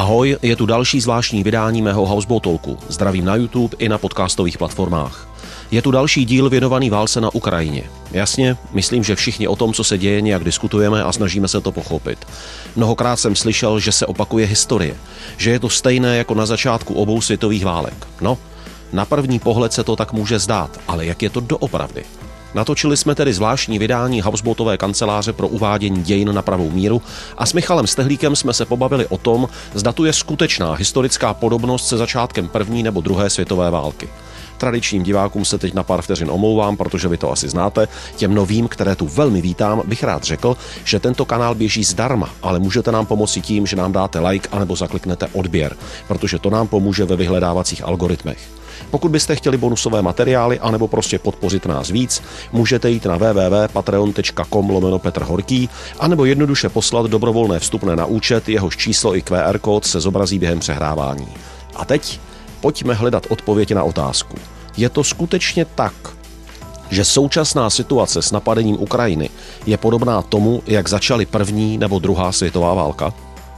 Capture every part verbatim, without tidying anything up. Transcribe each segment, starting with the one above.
Ahoj, je tu další zvláštní vydání mého Houseboat Talku. Zdravím na YouTube i na podcastových platformách. Je tu další díl věnovaný válce na Ukrajině. Jasně, myslím, že všichni o tom, co se děje, nějak diskutujeme a snažíme se to pochopit. Mnohokrát jsem slyšel, že se opakuje historie, že je to stejné jako na začátku obou světových válek. No, na první pohled se to tak může zdát, ale jak je to doopravdy? Natočili jsme tedy zvláštní vydání Houseboatové kanceláře pro uvádění dějin na pravou míru a s Michalem Stehlíkem jsme se pobavili o tom, zda tu je skutečná historická podobnost se začátkem první nebo druhé světové války. Tradičním divákům se teď na pár vteřin omlouvám, protože vy to asi znáte. Těm novým, které tu velmi vítám, bych rád řekl, že tento kanál běží zdarma, ale můžete nám pomoci tím, že nám dáte like anebo zakliknete odběr, protože to nám pomůže ve vyhledávacích algoritmech. Pokud byste chtěli bonusové materiály anebo prostě podpořit nás víc, můžete jít na w w w tečka patreon tečka com lomeno Petr Horký anebo jednoduše poslat dobrovolné vstupné na účet, jehož číslo i Q R kód se zobrazí během přehrávání. A teď pojďme hledat odpověď na otázku. Je to skutečně tak, že současná situace s napadením Ukrajiny je podobná tomu, jak začaly první nebo druhá světová válka?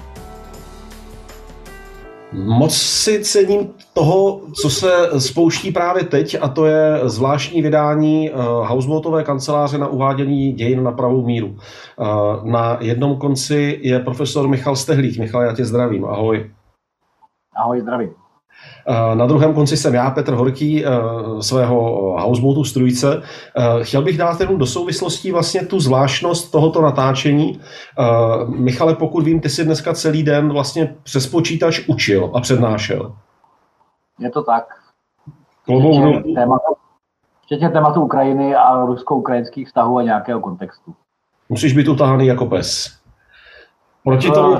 Moc si cením toho, co se spouští právě teď, a to je zvláštní vydání Houseboatové kanceláře na uvádění dějin na pravou míru. Na jednom konci je profesor Michal Stehlík. Michal, já tě zdravím. Ahoj. Ahoj, zdravím. Na druhém konci jsem já, Petr Horký, svého Houseboatu strůjce. Chtěl bych dát jenom do souvislostí vlastně tu zvláštnost tohoto natáčení. Michale, pokud vím, ty si dneska celý den vlastně přes počítač učil a přednášel. Je to tak. Včetně tématu, včetně tématu Ukrajiny a rusko-ukrajinských vztahů a nějakého kontextu. Musíš být utahaný jako pes. Proti tomu...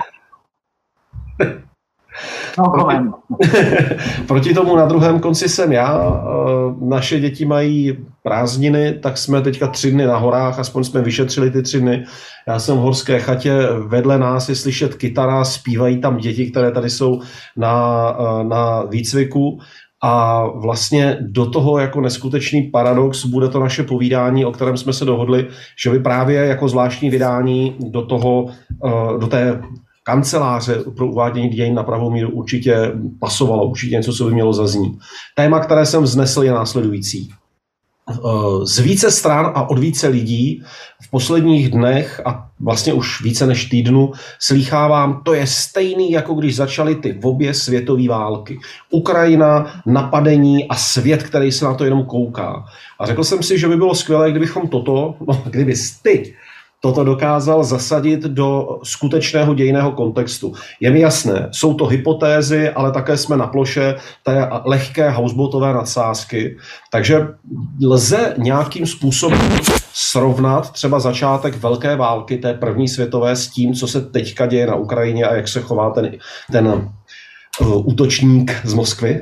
No, proti, proti tomu na druhém konci jsem já. Naše děti mají prázdniny, tak jsme teďka tři dny na horách, aspoň jsme vyšetřili ty tři dny. Já jsem v horské chatě, vedle nás je slyšet kytara, zpívají tam děti, které tady jsou na, na výcviku. A vlastně do toho jako neskutečný paradox bude to naše povídání, o kterém jsme se dohodli, že by právě jako zvláštní vydání do toho, do té kanceláře pro uvádění dějin na pravou míru určitě pasovalo, určitě něco, co by mělo zaznít. Téma, které jsem vznesl, je následující. Z více stran a od více lidí v posledních dnech a vlastně už více než týdnu slýchávám, to je stejný, jako když začaly ty obě světové války. Ukrajina, napadení a svět, který se na to jenom kouká. A řekl jsem si, že by bylo skvělé, kdybychom toto, no kdybys ty, toto dokázal zasadit do skutečného dějinného kontextu. Je mi jasné, jsou to hypotézy, ale také jsme na ploše té lehké houseboatové nadsázky, takže lze nějakým způsobem srovnat třeba začátek velké války, té první světové, s tím, co se teďka děje na Ukrajině a jak se chová ten, ten uh, útočník z Moskvy?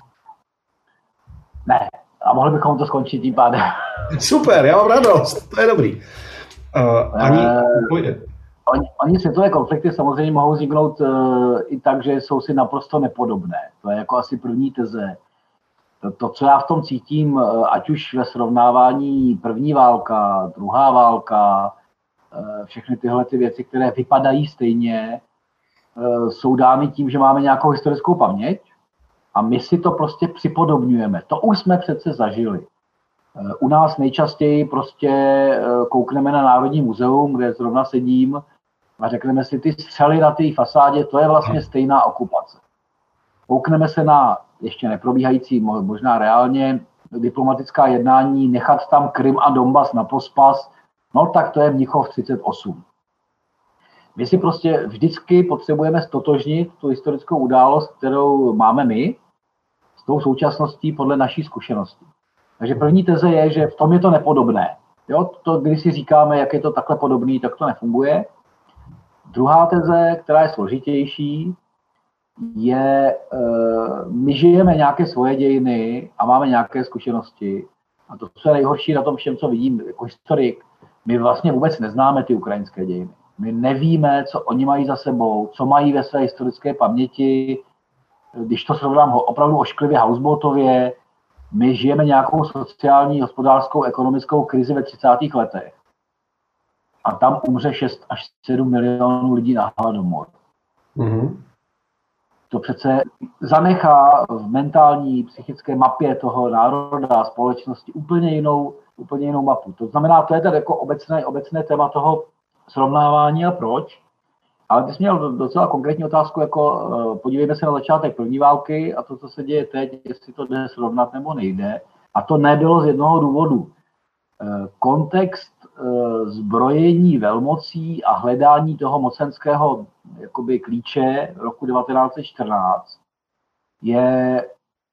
Ne, a mohli bychom to skončit tím pádem. Super, já mám radost, to je dobrý. Uh, ani uh, oni, oni světové konflikty samozřejmě mohou vzniknout uh, i tak, že jsou si naprosto nepodobné. To je jako asi první teze. To, to co já v tom cítím, uh, ať už ve srovnávání první válka, druhá válka, uh, všechny tyhle ty věci, které vypadají stejně, uh, jsou dány tím, že máme nějakou historickou paměť a my si to prostě připodobňujeme. To už jsme přece zažili. U nás nejčastěji prostě koukneme na Národní muzeum, kde zrovna sedím a řekneme si, ty střely na té fasádě, to je vlastně stejná okupace. Koukneme se na ještě neprobíhající, možná reálně, diplomatická jednání, nechat tam Krym a Donbas na pospas, no tak to je Mnichov třicet osm. My si prostě vždycky potřebujeme stotožnit tu historickou událost, kterou máme my, s tou současností podle naší zkušenosti. Takže první teze je, že v tom je to nepodobné. Jo, to, když si říkáme, jak je to takhle podobný, tak to nefunguje. Druhá teze, která je složitější, je, uh, my žijeme nějaké svoje dějiny a máme nějaké zkušenosti. A to, co je nejhorší na tom všem, co vidím jako historik, my vlastně vůbec neznáme ty ukrajinské dějiny. My nevíme, co oni mají za sebou, co mají ve své historické paměti. Když to srovnám opravdu ošklivě houseboatově, my žijeme nějakou sociální, hospodářskou, ekonomickou krizi ve třicátých letech. A tam umře šest až sedm milionů lidí na hladomor. Mm-hmm. to přece zanechá v mentální, psychické mapě toho národa a společnosti úplně jinou, úplně jinou mapu. To znamená, to je tady jako obecné, obecné téma toho srovnávání a proč. Ale ty jsi měl docela konkrétní otázku, jako podívejme se na začátek první války a to, co se děje teď, jestli to jde srovnat nebo nejde. A to nebylo z jednoho důvodu. Kontext zbrojení velmocí a hledání toho mocenského jakoby klíče roku devatenáct set čtrnáct je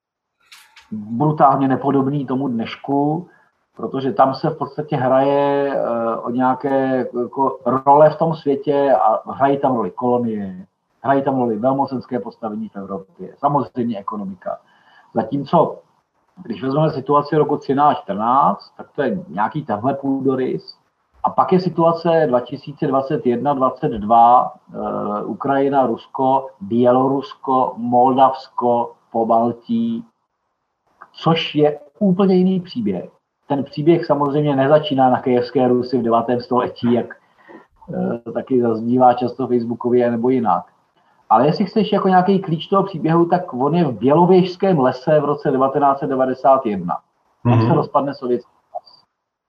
brutálně nepodobný tomu dnešku, protože tam se v podstatě hraje o nějaké jako role v tom světě a hrají tam roli kolonie, hrají tam roli velmocenské postavení v Evropě, samozřejmě ekonomika. Zatímco, když vezmeme situaci roku třináct čtrnáct, tak to je nějaký tenhle půdorys. A pak je situace dva tisíce dvacet jedna dvacet dva, uh, Ukrajina, Rusko, Bělorusko, Moldavsko, Pobaltí, což je úplně jiný příběh. Ten příběh samozřejmě nezačíná na Kyjevské Rusi v devátém století, jak uh, taky zaznívá často Facebookově nebo jinak. Ale jestli chceš jako nějaký klíč toho příběhu, tak on je v Bělověžském lese v roce devatenáct set devadesát jedna. Tam mm-hmm. se rozpadne sovětský svaz.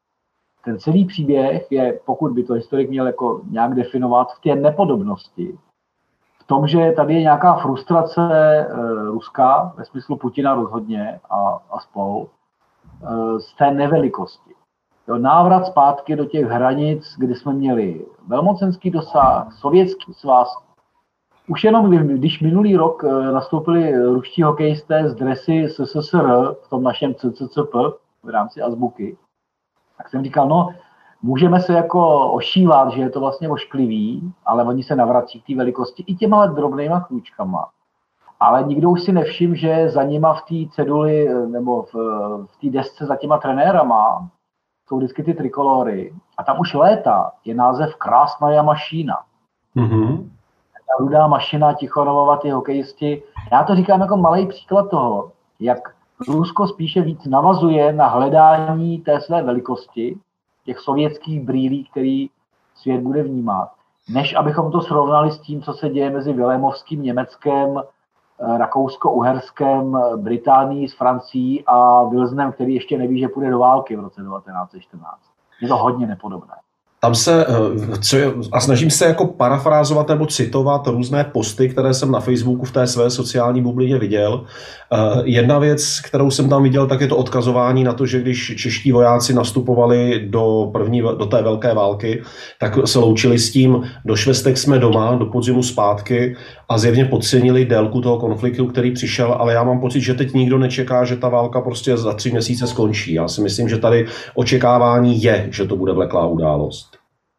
Ten celý příběh je, pokud by to historik měl jako nějak definovat, v té nepodobnosti. V tom, že tady je nějaká frustrace e, Ruska, ve smyslu Putina rozhodně a, a spol, e, z té nevelikosti. Jo, návrat zpátky do těch hranic, kdy jsme měli velmocenský dosah, sovětský svaz. Už jenom když minulý rok nastoupili ruští hokejisté z dresy S S S R v tom našem C C C P v rámci azbuky, tak jsem říkal, no můžeme se jako ošívat, že je to vlastně ošklivý, ale oni se navrací k té velikosti i těma drobnýma klůčkama. Ale nikdo už si nevšiml, že za nima v té ceduli nebo v, v té desce za těma trenérama jsou vždycky ty trikolory a tam už léta je název Krásná mašína. Mm-hmm. Ta rudá mašina, Tichonovova, ty hokejisti. Já to říkám jako malý příklad toho, jak Rusko spíše víc navazuje na hledání té své velikosti, těch sovětských brýlí, který svět bude vnímat, než abychom to srovnali s tím, co se děje mezi Vilémovským Německem, Rakousko-Uherskem, Británií s Francií a Wilsonem, který ještě neví, že půjde do války v roce devatenáct set čtrnáct. Je to hodně nepodobné. Tam se, co je, a snažím se jako parafrázovat nebo citovat různé posty, které jsem na Facebooku v té své sociální bublině viděl. Jedna věc, kterou jsem tam viděl, tak je to odkazování na to, že když čeští vojáci nastupovali do, první, do té velké války, tak se loučili s tím, do švestek jsme doma, do podzimu zpátky a zjevně podcenili délku toho konfliktu, který přišel, ale já mám pocit, že teď nikdo nečeká, že ta válka prostě za tři měsíce skončí. Já si myslím, že tady očekávání je, že to bude vleklá událost.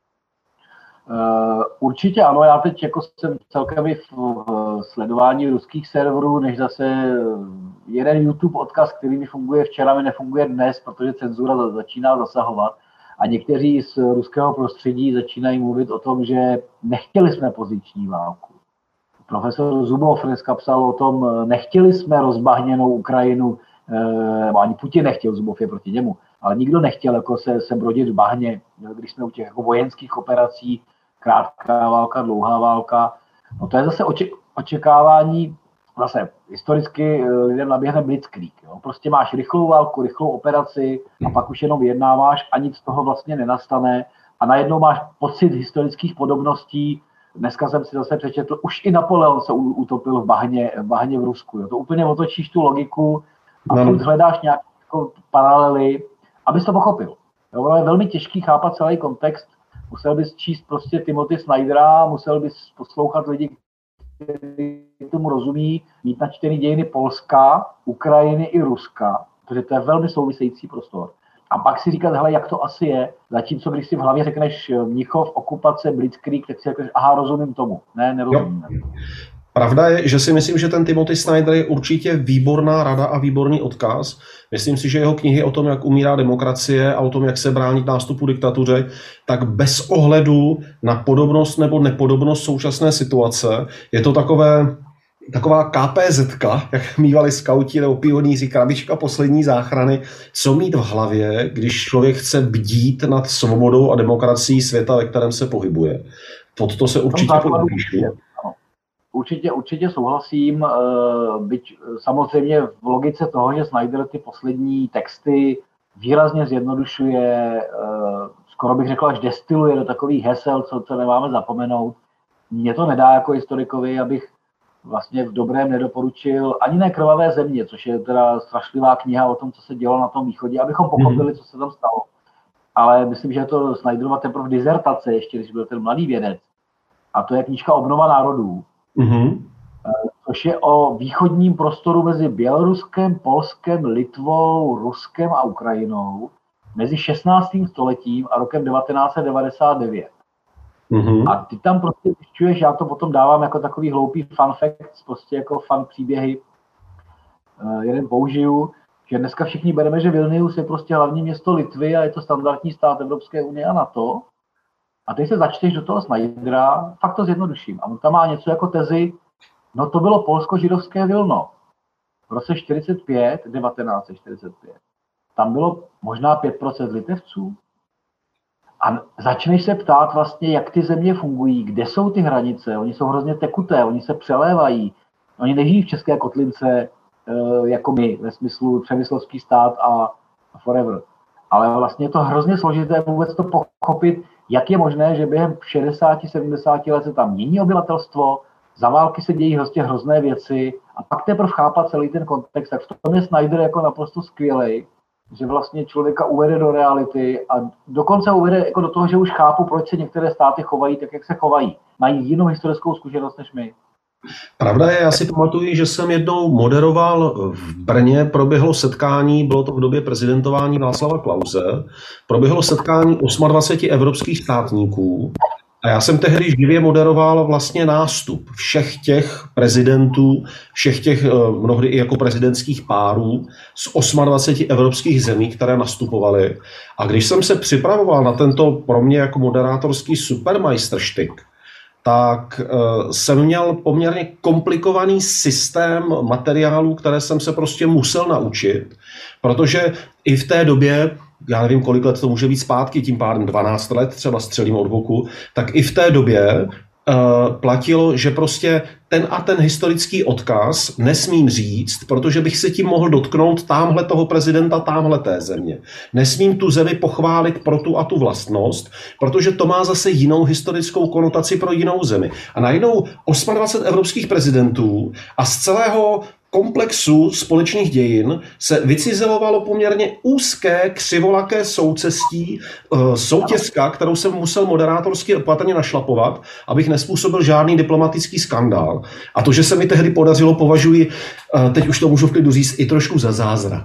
Uh, určitě ano, já teď jako jsem celkem v uh, sledování ruských serverů, než zase jeden YouTube odkaz, který mi funguje včera, mi nefunguje dnes, protože cenzura za, začíná zasahovat a někteří z ruského prostředí začínají mluvit o tom, že nechtěli jsme poziční válku. Profesor Zubov dneska psal o tom, nechtěli jsme rozbahněnou Ukrajinu, uh, ani Putin nechtěl, Zubov je proti němu, ale nikdo nechtěl jako se, se brodit v bahně, když jsme u těch jako vojenských operací, krátká válka, dlouhá válka. No to je zase oček- očekávání, zase historicky lidem naběhne blitzkrieg. Jo? Prostě máš rychlou válku, rychlou operaci a pak už jenom vyjednáváš a nic z toho vlastně nenastane a najednou máš pocit historických podobností. Dneska jsem si zase přečetl, už i Napoleon se utopil v bahně v, bahně v Rusku. Jo? To úplně otočíš tu logiku a no. Furt hledáš nějaké jako paralely, abys to pochopil. Jo? Ono je velmi těžký chápat celý kontext. Musel bys číst prostě Timothy Snydera, musel bys poslouchat lidi, kteří tomu rozumí, mít načtený dějiny Polska, Ukrajiny i Ruska, protože to je velmi související prostor. A pak si říkat, hele, jak to asi je, zatímco když si v hlavě řekneš Mnichov, okupace, Blitzkrieg, tak si řekneš, aha, rozumím tomu. Ne, nerozumím. Jo. Pravda je, že si myslím, že ten Timothy Snyder je určitě výborná rada a výborný odkaz. Myslím si, že jeho knihy o tom, jak umírá demokracie a o tom, jak se bránit nástupu diktatuře, tak bez ohledu na podobnost nebo nepodobnost současné situace, je to takové, taková ká pé zetka, jak mívali skauti nebo pionýři, krabička poslední záchrany, co mít v hlavě, když člověk chce bdít nad svobodou a demokracií světa, ve kterém se pohybuje. Pod to se určitě podpíšu. určitě, určitě souhlasím, byť samozřejmě v logice toho, že Snyder ty poslední texty výrazně zjednodušuje, skoro bych řekl, až destiluje do takových hesel, co, co nemáme zapomenout. Mně to nedá jako historikovi, abych vlastně v dobrém nedoporučil ani ne Krvavé země, což je teda strašlivá kniha o tom, co se dělo na tom východě, abychom pochopili, co se tam stalo. Ale myslím, že je to Snyderova teprve dizertace, ještě když byl ten mladý vědec. A to je knížka Obnova národů, mm-hmm. což je o východním prostoru mezi Běloruskem, Polskem, Litvou, Ruskem a Ukrajinou mezi šestnáctým stoletím a rokem devatenáct set devadesát devět. Mm-hmm. A ty tam prostě zjišťuješ, já to potom dávám jako takový hloupý fun facts, prostě jako fun příběhy. Uh, jeden použiju, že dneska všichni bereme, že Vilnius je prostě hlavní město Litvy a je to standardní stát Evropské unie a NATO. A teď se začteš do toho Snydera, fakt to zjednoduším. A on tam má něco jako tezi, no to bylo polsko-židovské Vilno. V roce čtyřicet pět, devatenáct set čtyřicet pět. Tam bylo možná pět procent Litevců. A začneš se ptát vlastně, jak ty země fungují, kde jsou ty hranice. Oni jsou hrozně tekuté, oni se přelévají. Oni nežijí v české kotlince, jako my, ve smyslu přemyslovský stát a forever. Ale vlastně je to hrozně složité vůbec to pochopit, jak je možné, že během šedesát sedmdesát let se tam mění obyvatelstvo, za války se dějí prostě hrozné věci a pak teprve chápat celý ten kontext. Tak v tom je Snyder jako naprosto skvělej, že vlastně člověka uvede do reality a dokonce uvede jako do toho, že už chápu, proč se některé státy chovají tak, jak se chovají. Mají jinou historickou zkušenost než my. Pravda je, já si pamatuju, že jsem jednou moderoval v Brně, proběhlo setkání, bylo to v době prezidentování Václava Klause, proběhlo setkání dvacet osm evropských státníků a já jsem tehdy živě moderoval vlastně nástup všech těch prezidentů, všech těch mnohdy i jako prezidentských párů z dvacet osm evropských zemí, které nastupovaly. A když jsem se připravoval na tento pro mě jako moderátorský supermeisterštyk, tak uh, jsem měl poměrně komplikovaný systém materiálů, které jsem se prostě musel naučit, protože i v té době, já nevím, kolik let to může být zpátky, tím pádem dvanáct let, třeba střelím od boku, tak i v té době uh, platilo, že prostě ten a ten historický odkaz nesmím říct, protože bych se tím mohl dotknout támhle toho prezidenta, támhle té země. Nesmím tu zemi pochválit pro tu a tu vlastnost, protože to má zase jinou historickou konotaci pro jinou zemi. A najednou dvacet osm evropských prezidentů a z celého komplexu společných dějin se vycizelovalo poměrně úzké, křivolaké soucestí, soutězka, kterou jsem musel moderátorsky opatrně našlapovat, abych nespůsobil žádný diplomatický skandál. A to, že se mi tehdy podařilo, považuji, teď už to můžu v klidu říct, i trošku za zázrak.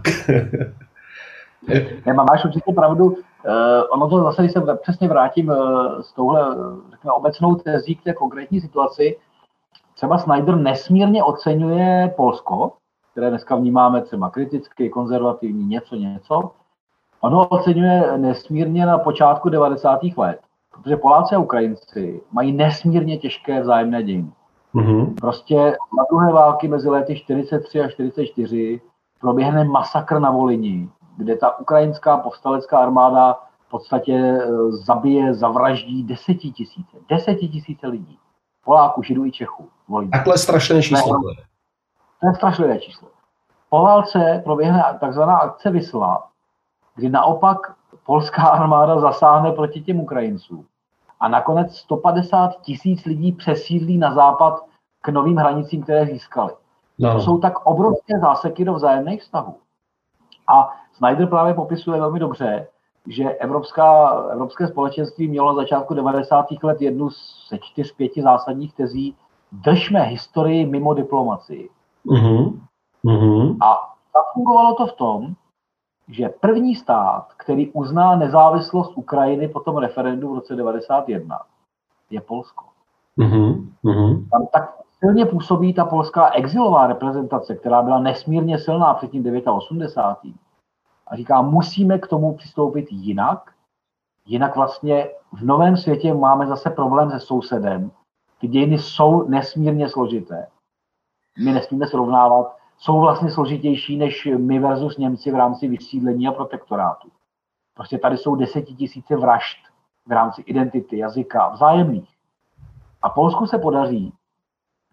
Ne, máš určitě pravdu. Uh, ono to zase, když se přesně vrátím uh, s touhle řekněme, obecnou tezí k té konkrétní situaci, třeba Snyder nesmírně oceňuje Polsko, které dneska vnímáme třeba kriticky, konzervativní, něco, něco. Ono oceňuje nesmírně na počátku devadesátých let, protože Poláci a Ukrajinci mají nesmírně těžké vzájemné dějiny. Mm-hmm. Prostě na druhé války mezi lety čtyřicet tři a čtyřicet čtyři proběhne masakr na Volyni, kde ta ukrajinská povstalecká armáda v podstatě zabije, zavraždí desetitisíce, desetitisíce lidí. Poláků, Židů i Čechů. Volí. Takhle strašné číslo. To je strašlivé číslo. Po válce proběhne takzvaná akce Vysla, kdy naopak polská armáda zasáhne proti těm Ukrajincům. A nakonec sto padesát tisíc lidí přesídlí na západ k novým hranicím, které získali. No. To jsou tak obrovské záseky do vzájemných vztahů. A Snyder právě popisuje velmi dobře, že Evropská, Evropské společenství mělo na začátku devadesátých let jednu ze čtyř, pěti zásadních tezí: držme historii mimo diplomacii. Uh-huh. Uh-huh. A zafungovalo to v tom, že první stát, který uzná nezávislost Ukrajiny po tom referendu v roce devadesát jedna, je Polsko. Uh-huh. Uh-huh. Tam tak silně působí ta polská exilová reprezentace, která byla nesmírně silná před tím osmdesátým devátým A říká, musíme k tomu přistoupit jinak. Jinak vlastně v novém světě máme zase problém se sousedem. Ty dějiny jsou nesmírně složité. My nesmíme srovnávat. Jsou vlastně složitější než my versus Němci v rámci vysídlení a protektorátu. Prostě tady jsou desetitisíce vražd v rámci identity, jazyka, vzájemných. A Polsku se podaří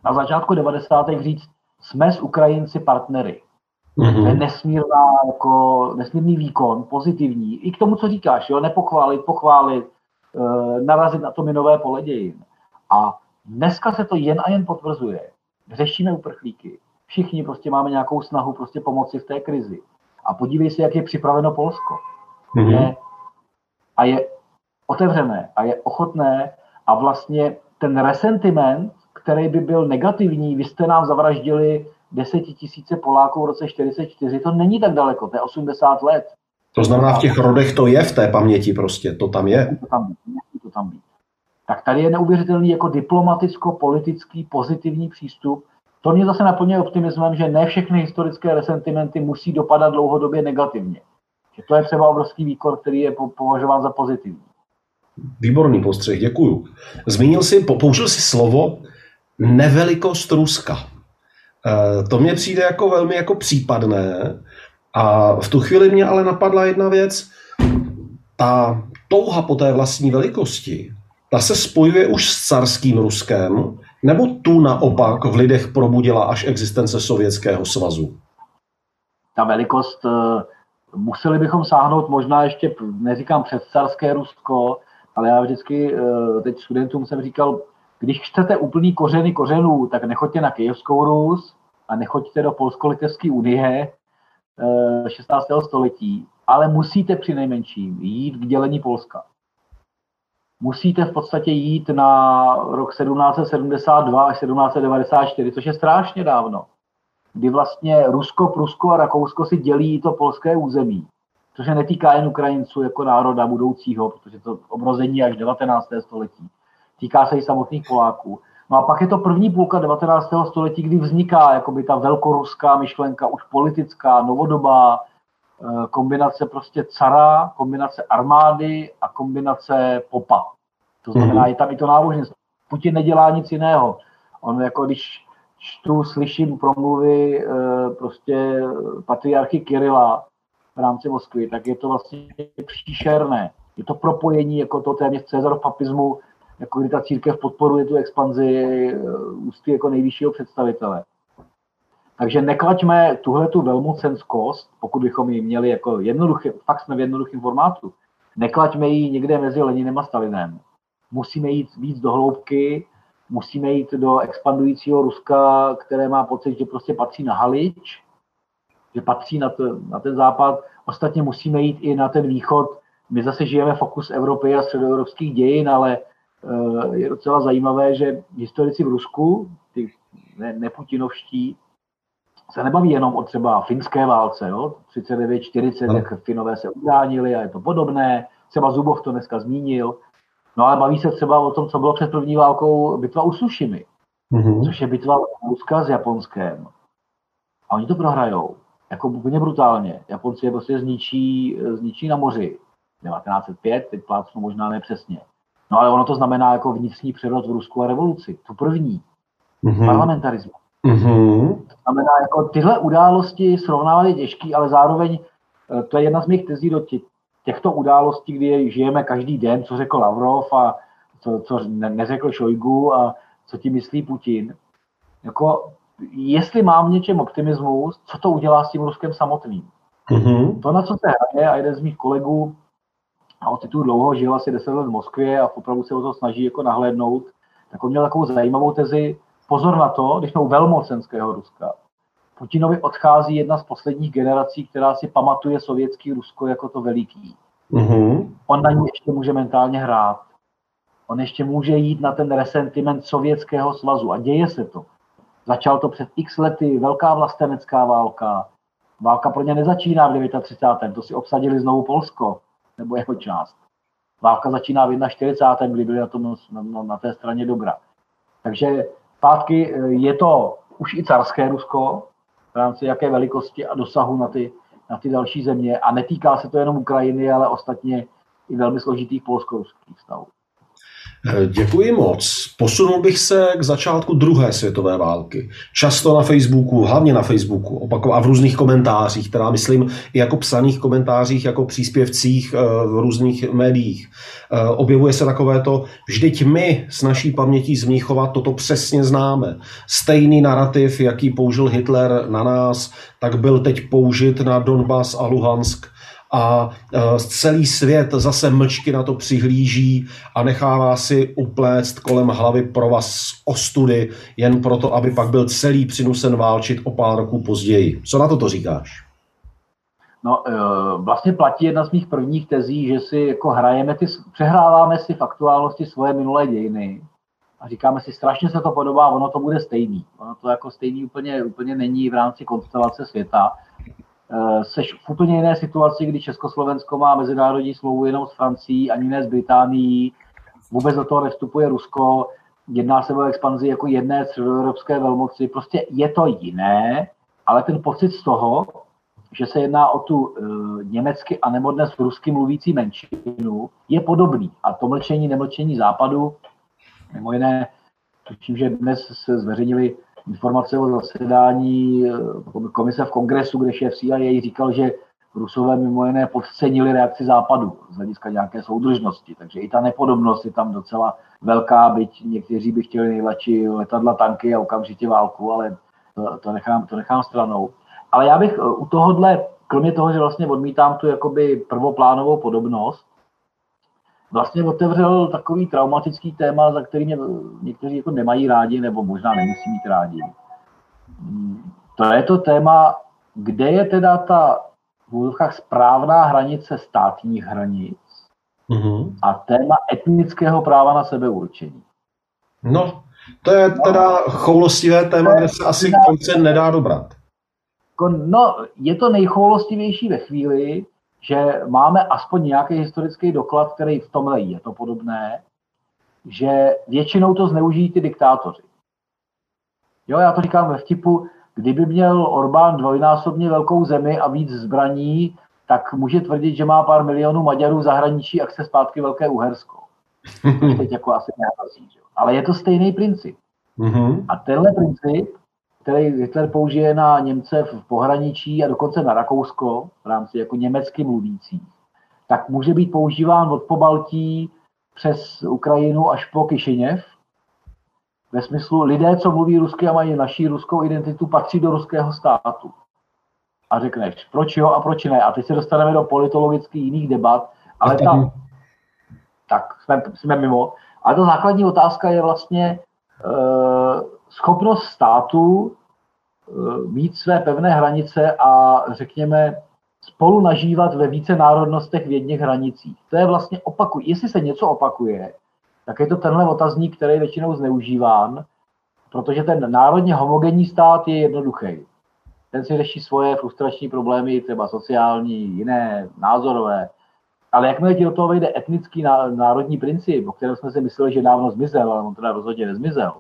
na začátku devadesátých říct, jsme s Ukrajinci partnery. Mm-hmm. To je nesmírná, jako, nesmírný výkon, pozitivní. I k tomu, co říkáš, jo? Nepochválit, pochválit, e, narazit na to minové pole dějin. A dneska se to jen a jen potvrzuje. Řešíme uprchlíky. Všichni prostě máme nějakou snahu prostě pomoci v té krizi. A podívej se, jak je připraveno Polsko. Mm-hmm. Je, a je otevřené a je ochotné a vlastně ten resentiment, který by byl negativní, vy jste nám zavraždili desetitisíce Poláků v roce čtyřicet čtyři, to není tak daleko, to je osmdesát let. To znamená, v těch rodech to je v té paměti prostě, to tam je. To tam, to tam být. Tak tady je neuvěřitelný jako diplomaticko-politický pozitivní přístup. To mě zase naplňuje optimismem, že ne všechny historické resentimenty musí dopadat dlouhodobě negativně. Že to je třeba obrovský výkon, který je považován za pozitivní. Výborný postřeh, děkuju. Zmínil jsi, použil jsi slovo nevelikost Ruska. E, to mně přijde jako velmi jako případné a v tu chvíli mě ale napadla jedna věc. Ta touha po té vlastní velikosti, ta se spojuje už s carským Ruskem, nebo tu naopak v lidech probudila až existence Sovětského svazu? Ta velikost, museli bychom sáhnout možná ještě, neříkám před carské Rusko, ale já vždycky teď studentům jsem říkal, když chcete úplný kořeny kořenů, tak nechoďte na Kyjevskou Rus a nechoďte do Polsko-Litevské unie šestnáctého století, ale musíte přinejmenším jít k dělení Polska. Musíte v podstatě jít na rok sedmnáct set sedmdesát dva až sedmnáct set devadesát čtyři, což je strašně dávno, kdy vlastně Rusko, Prusko a Rakousko si dělí to polské území, což se netýká jen Ukrajinců jako národa budoucího, protože to obrození až devatenáctého století. Týká se i samotných Poláků. No a pak je to první půlka devatenáctého století, kdy vzniká jakoby ta velkoruská myšlenka, už politická, novodobá, kombinace prostě cara, kombinace armády a kombinace popa. To znamená, je tam i to náboženství. Putin nedělá nic jiného. On jako když čtu, slyším promluvy prostě patriarchy Kirila v rámci Moskvy, tak je to vlastně příšerné. Je to propojení jako to téměř Cezarov papismu, jako kdy ta církev podporuje tu expanzi ústy jako nejvyššího představitele. Takže neklaďme tuhletu velmocenskost, pokud bychom ji měli jako jednoduchý, fakt jsme v jednoduchém formátu, neklaďme ji někde mezi Leninem a Stalinem. Musíme jít víc do hloubky, musíme jít do expandujícího Ruska, které má pocit, že prostě patří na Halič, že patří na, to, na ten západ. Ostatně musíme jít i na ten východ. My zase žijeme fokus Evropy a středoevropských dějin, ale uh, je docela zajímavé, že historici v Rusku, ty ne, neputinovští, se nebaví jenom o třeba finské válce, jo? třicet devět čtyřicet, no. Jak Finové se ubránili a je to podobné. Třeba Zubov to dneska zmínil. No ale baví se třeba o tom, co bylo před první válkou bitva u Sušimy, mm-hmm. což je bitva Ruska s Japonskem. A oni to prohrajou. Jako úplně brutálně. Japonci je prostě zničí, zničí na moři. devatenáct set pět, teď plácnu možná nepřesně. No ale ono to znamená jako vnitřní přerod v Rusku a revoluci. Tu první. Mm-hmm. Parlamentarismus. Mm-hmm. To znamená, jako tyhle události srovnávat je těžký, ale zároveň to je jedna z mých tezí do těch, těchto událostí, kdy žijeme každý den, co řekl Lavrov a co, co neřekl Šojgu a co ti myslí Putin. Jako, jestli mám v něčem optimismus, co to udělá s tím Ruskem samotným. Mm-hmm. To, na co se hraje, a jeden z mých kolegů, a on si tu dlouho žil asi deset let v Moskvě a opravdu se o to snaží jako nahlédnout, tak on měl takovou zajímavou tezi. Pozor na to, když jsme u velmocenského Ruska. Putinovi odchází jedna z posledních generací, která si pamatuje sovětský Rusko jako to veliký. Mm-hmm. On na ní ještě může mentálně hrát. On ještě může jít na ten resentiment Sovětského svazu a děje se to. Začal to před x lety, velká vlastenecká válka. Válka pro ně nezačíná v třicátém devátém To si obsadili znovu Polsko, nebo jeho část. Válka začíná v čtyřicátém prvním kdy byli na, tom, na, na té straně dobra. Takže zpátky je to už i carské Rusko, v rámci jaké velikosti a dosahu na ty, na ty další země. A netýká se to jenom Ukrajiny, ale ostatně i velmi složitých polsko-ruských vztahů. Děkuji moc. Posunul bych se k začátku druhé světové války. Často na Facebooku, hlavně na Facebooku, opakovat a v různých komentářích, teda myslím i jako psaných komentářích, jako příspěvcích v různých médiích. Objevuje se takovéto, vždyť my s naší pamětí z Mnichova toto přesně známe. Stejný narrativ, jaký použil Hitler na nás, tak byl teď použit na Donbas a Luhansk. A celý svět zase mlčky na to přihlíží a nechává si upléct kolem hlavy provaz ostudy, jen proto, aby pak byl celý přinusen válčit o pár roků později. Co na to to říkáš? No, vlastně platí jedna z mých prvních tezí, že si jako hrajeme, ty, přehráváme si v aktuálnosti svoje minulé dějiny a říkáme si, strašně se to podobá, ono to bude stejný. Ono to jako stejný úplně, úplně není v rámci konstelace světa. Seš v úplně jiné situaci, kdy Československo má mezinárodní smlouvu jenom s Francií, ani ne s Británií, vůbec do toho nevstupuje Rusko, jedná se o expanzi jako jedné středoevropské velmoci, prostě je to jiné, ale ten pocit z toho, že se jedná o tu uh, německy a nebo dnes rusky mluvící menšinu, je podobný. A to mlčení, nemlčení Západu, mimo jiné, tuším, že dnes se zveřejnili informace o zasedání komise v kongresu, kde šéf C I A říkal, že Rusové mimo jiné podcenili reakci Západu z hlediska nějaké soudržnosti. Takže i ta nepodobnost je tam docela velká, byť někteří by chtěli nejladši letadla, tanky a okamžitě válku, ale to, to, nechám, to nechám stranou. Ale já bych u tohohle, kromě toho, že vlastně odmítám tu jakoby prvoplánovou podobnost, vlastně otevřel takový traumatický téma, za který mě někteří jako nemají rádi, nebo možná nemusí mít rádi. To je to téma, kde je teda ta v úzovkách správná hranice státních hranic mm-hmm. a téma etnického práva na sebeurčení. No, to je teda no, choulostivé téma, kde se asi konce nedá dobrat. No, je to nejchoulostivější ve chvíli, že máme aspoň nějaký historický doklad, který v tomhle je to podobné, že většinou to zneužijí ty diktátoři. Jo, já to říkám ve vtipu, kdyby měl Orbán dvojnásobně velkou zemi a víc zbraní, tak může tvrdit, že má pár milionů Maďarů v zahraničí a chce zpátky Velké Uhersko. To teď jako asi nehrozí, že? Ale je to stejný princip. Mm-hmm. A tenhle princip, který Hitler použije na Němce v pohraničí a dokonce na Rakousko v rámci jako německy mluvící, tak může být používán od Pobaltí přes Ukrajinu až po Kišiněv. Ve smyslu lidé, co mluví rusky a mají naší ruskou identitu, patří do ruského státu. A řekneš, proč jo a proč ne. A teď se dostaneme do politologických jiných debat, ale tam, tak jsme, jsme mimo. Ale ta základní otázka je vlastně uh, schopnost státu mít své pevné hranice a řekněme spolu nažívat ve více národnostech v jedných hranicích. To je vlastně opakuje. Jestli se něco opakuje, tak je to tenhle otazník, který je většinou zneužíván, protože ten národně homogenní stát je jednoduchý. Ten si řeší svoje frustrační problémy, třeba sociální, jiné, názorové. Ale jakmile ti do toho vejde etnický národní princip, o kterém jsme si mysleli, že dávno zmizel, ale on teda rozhodně nezmizel,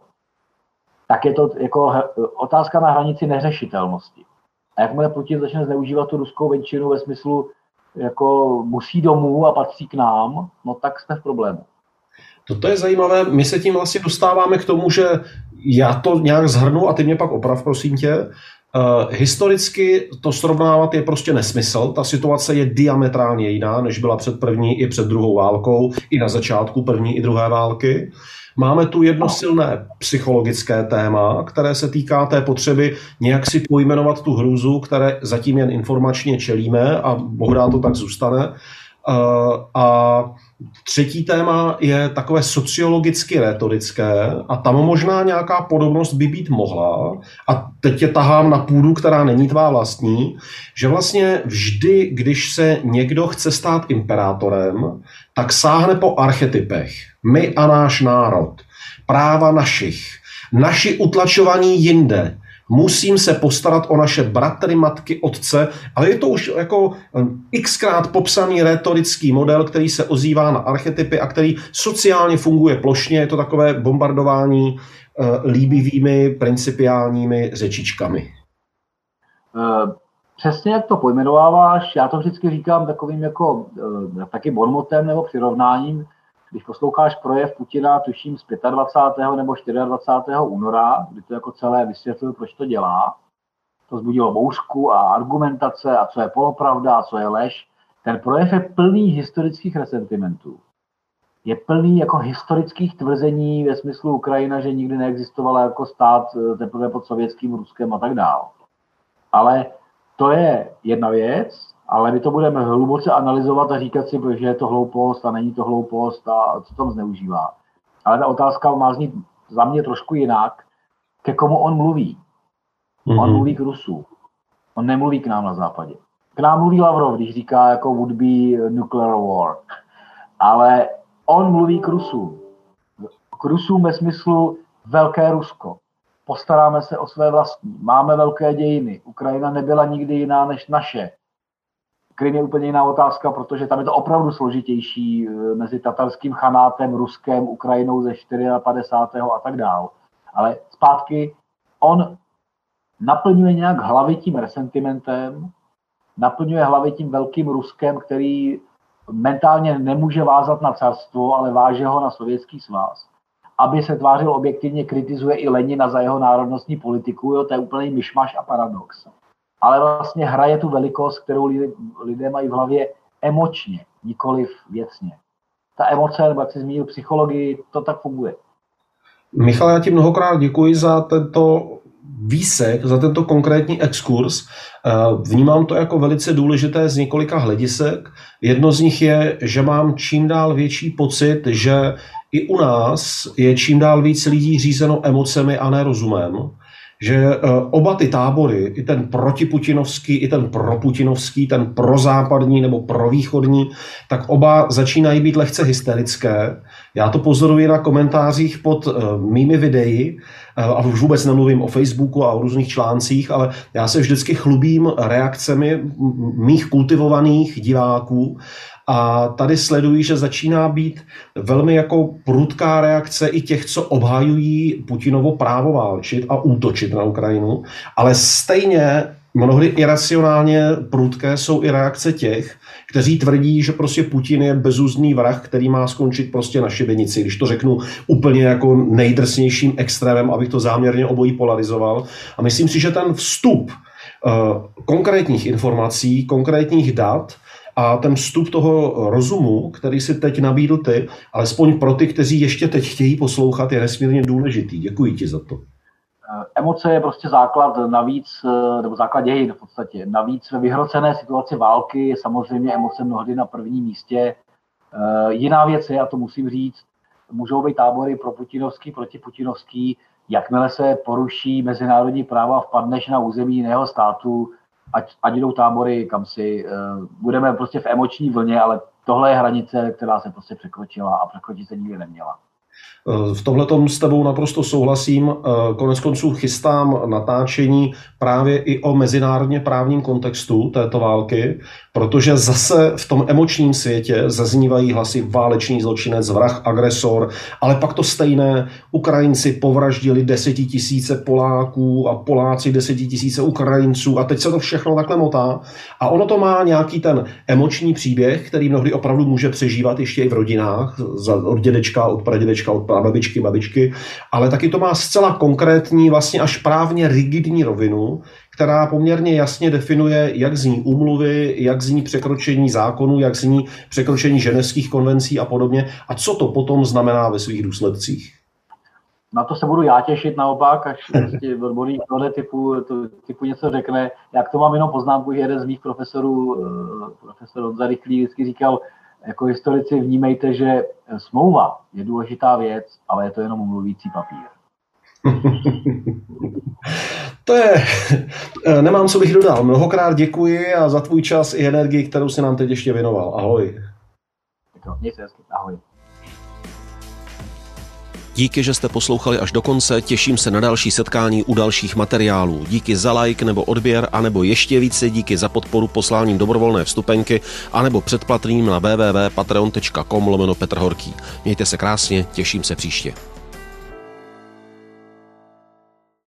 tak je to jako otázka na hranici neřešitelnosti. A jakmile Putin začne zneužívat tu ruskou menšinu ve smyslu, jako musí domů a patří k nám, no tak jsme v problému. Toto je zajímavé, my se tím vlastně dostáváme k tomu, že já to nějak zhrnu a ty mě pak oprav, prosím tě. Uh, historicky to srovnávat je prostě nesmysl, ta situace je diametrálně jiná, než byla před první i před druhou válkou, i na začátku první i druhé války. Máme tu jedno silné psychologické téma, které se týká té potřeby nějak si pojmenovat tu hrůzu, které zatím jen informačně čelíme a bohdá to tak zůstane. A třetí téma je takové sociologicky rétorické a tam možná nějaká podobnost by být mohla, a teď tě tahám na půdu, která není tvá vlastní, že vlastně vždy, když se někdo chce stát imperátorem, tak sáhne po archetypech. My a náš národ, práva našich, naši utlačovaní jinde, musím se postarat o naše bratry, matky, otce, ale je to už jako xkrát popsaný rétorický model, který se ozývá na archetypy a který sociálně funguje plošně, je to takové bombardování uh, líbivými principiálními řečičkami. Uh, přesně jak to pojmenováváš, já to vždycky říkám takovým jako uh, taky bonmotem nebo přirovnáním, když posloucháš projev Putina, tuším z dvacátého pátého nebo dvacátého čtvrtého února, kdy to jako celé vysvětlil, proč to dělá, to vzbudilo bouřku a argumentace a co je polopravda a co je lež. Ten projev je plný historických resentimentů. Je plný jako historických tvrzení ve smyslu Ukrajina, že nikdy neexistovala jako stát teprve pod sovětským Ruskem a tak dál. Ale to je jedna věc, ale my to budeme hluboce analyzovat a říkat si, že je to hloupost a není to hloupost a co tam zneužívá. Ale ta otázka má znít za mě trošku jinak, ke komu on mluví. Mm-hmm. On mluví k Rusům. On nemluví k nám na západě. K nám mluví Lavrov, když říká jako would be nuclear war. Ale on mluví k Rusům. K Rusům ve smyslu velké Rusko. Postaráme se o své vlastní. Máme velké dějiny. Ukrajina nebyla nikdy jiná než naše. Krym je úplně jiná otázka, protože tam je to opravdu složitější mezi tatarským chanátem, Ruskem, Ukrajinou ze padesátého čtvrtého a tak dál. Ale zpátky, on naplňuje nějak hlavy tím resentimentem, naplňuje hlavy tím velkým Ruskem, který mentálně nemůže vázat na carstvo, ale váže ho na Sovětský svaz. Aby se tvářil objektivně, kritizuje i Lenina za jeho národnostní politiku, jo, to je úplný myšmaš a paradox. Ale vlastně hraje tu velikost, kterou lidé mají v hlavě emočně, nikoliv věcně. Ta emoce, nebo jak jsi zmínil psychologii, to tak funguje. Michal, já ti mnohokrát děkuji za tento výsek, za tento konkrétní exkurs. Vnímám to jako velice důležité z několika hledisek. Jedno z nich je, že mám čím dál větší pocit, že i u nás je čím dál víc lidí řízeno emocemi a ne rozumem. Že oba ty tábory, i ten protiputinovský, i ten proputinovský, ten prozápadní nebo provýchodní, tak oba začínají být lehce hysterické. Já to pozoruji na komentářích pod mými videi, a už vůbec nemluvím o Facebooku a o různých článcích, ale já se vždycky chlubím reakcemi mých kultivovaných diváků. A tady sledují, že začíná být velmi jako prudká reakce i těch, co obhajují Putinovo právo válčit a útočit na Ukrajinu, ale stejně mnohdy iracionálně prudké jsou i reakce těch, kteří tvrdí, že prostě Putin je bezúzdný vrah, který má skončit prostě na šibenici, když to řeknu úplně jako nejdrsnějším extrémem, abych to záměrně obojí polarizoval. A myslím si, že ten vstup uh, konkrétních informací, konkrétních dat a ten vstup toho rozumu, který si teď nabídl ty, alespoň pro ty, kteří ještě teď chtějí poslouchat, je nesmírně důležitý. Děkuji ti za to. Emoce je prostě základ navíc, nebo základ dějin v podstatě. Navíc ve vyhrocené situaci války je samozřejmě emoce mnohdy na prvním místě. Jiná věc je, a to musím říct, můžou být tábory pro putinovský, proti putinovský, jakmile se poruší mezinárodní práva, vpadneš na území jiného státu, ať, ať jdou tábory kam si, budeme prostě v emoční vlně, ale tohle je hranice, která se prostě překročila a překročit se nikdy neměla. V tomhletom s tebou naprosto souhlasím. Konec konců chystám natáčení právě i o mezinárodně právním kontextu této války, protože zase v tom emočním světě zaznívají hlasy válečný zločinec, vrah, agresor, ale pak to stejné, Ukrajinci povraždili desetitisíce Poláků a Poláci desetitisíce Ukrajinců a teď se to všechno takhle motá. A ono to má nějaký ten emoční příběh, který mnohdy opravdu může přežívat ještě i v rodinách, od dědečka, od pradědečka, od babičky, babičky, ale taky to má zcela konkrétní, vlastně až právně rigidní rovinu, která poměrně jasně definuje, jak zní úmluvy, jak zní překročení zákonů, jak zní překročení ženevských konvencí a podobně. A co to potom znamená ve svých důsledcích? Na to se budu já těšit naopak, až vlastně odborník tohle typu, typu něco řekne. Jak to mám jenom poznámku, že jeden z mých profesorů, profesor Honza Rychlý, vždycky říkal, jako historici vnímejte, že smlouva je důležitá věc, ale je to jenom mluvící papír. To je, nemám co bych dodal. Mnohokrát děkuji a za tvůj čas i energii, kterou si nám teď ještě věnoval. Ahoj. Měj se hezky. Ahoj. Díky, že jste poslouchali až do konce, těším se na další setkání u dalších materiálů. Díky za like nebo odběr, anebo ještě více díky za podporu posláním dobrovolné vstupenky, anebo předplatným na w w w tečka patreon tečka com lomeno Petr Horký. Mějte se krásně, těším se příště.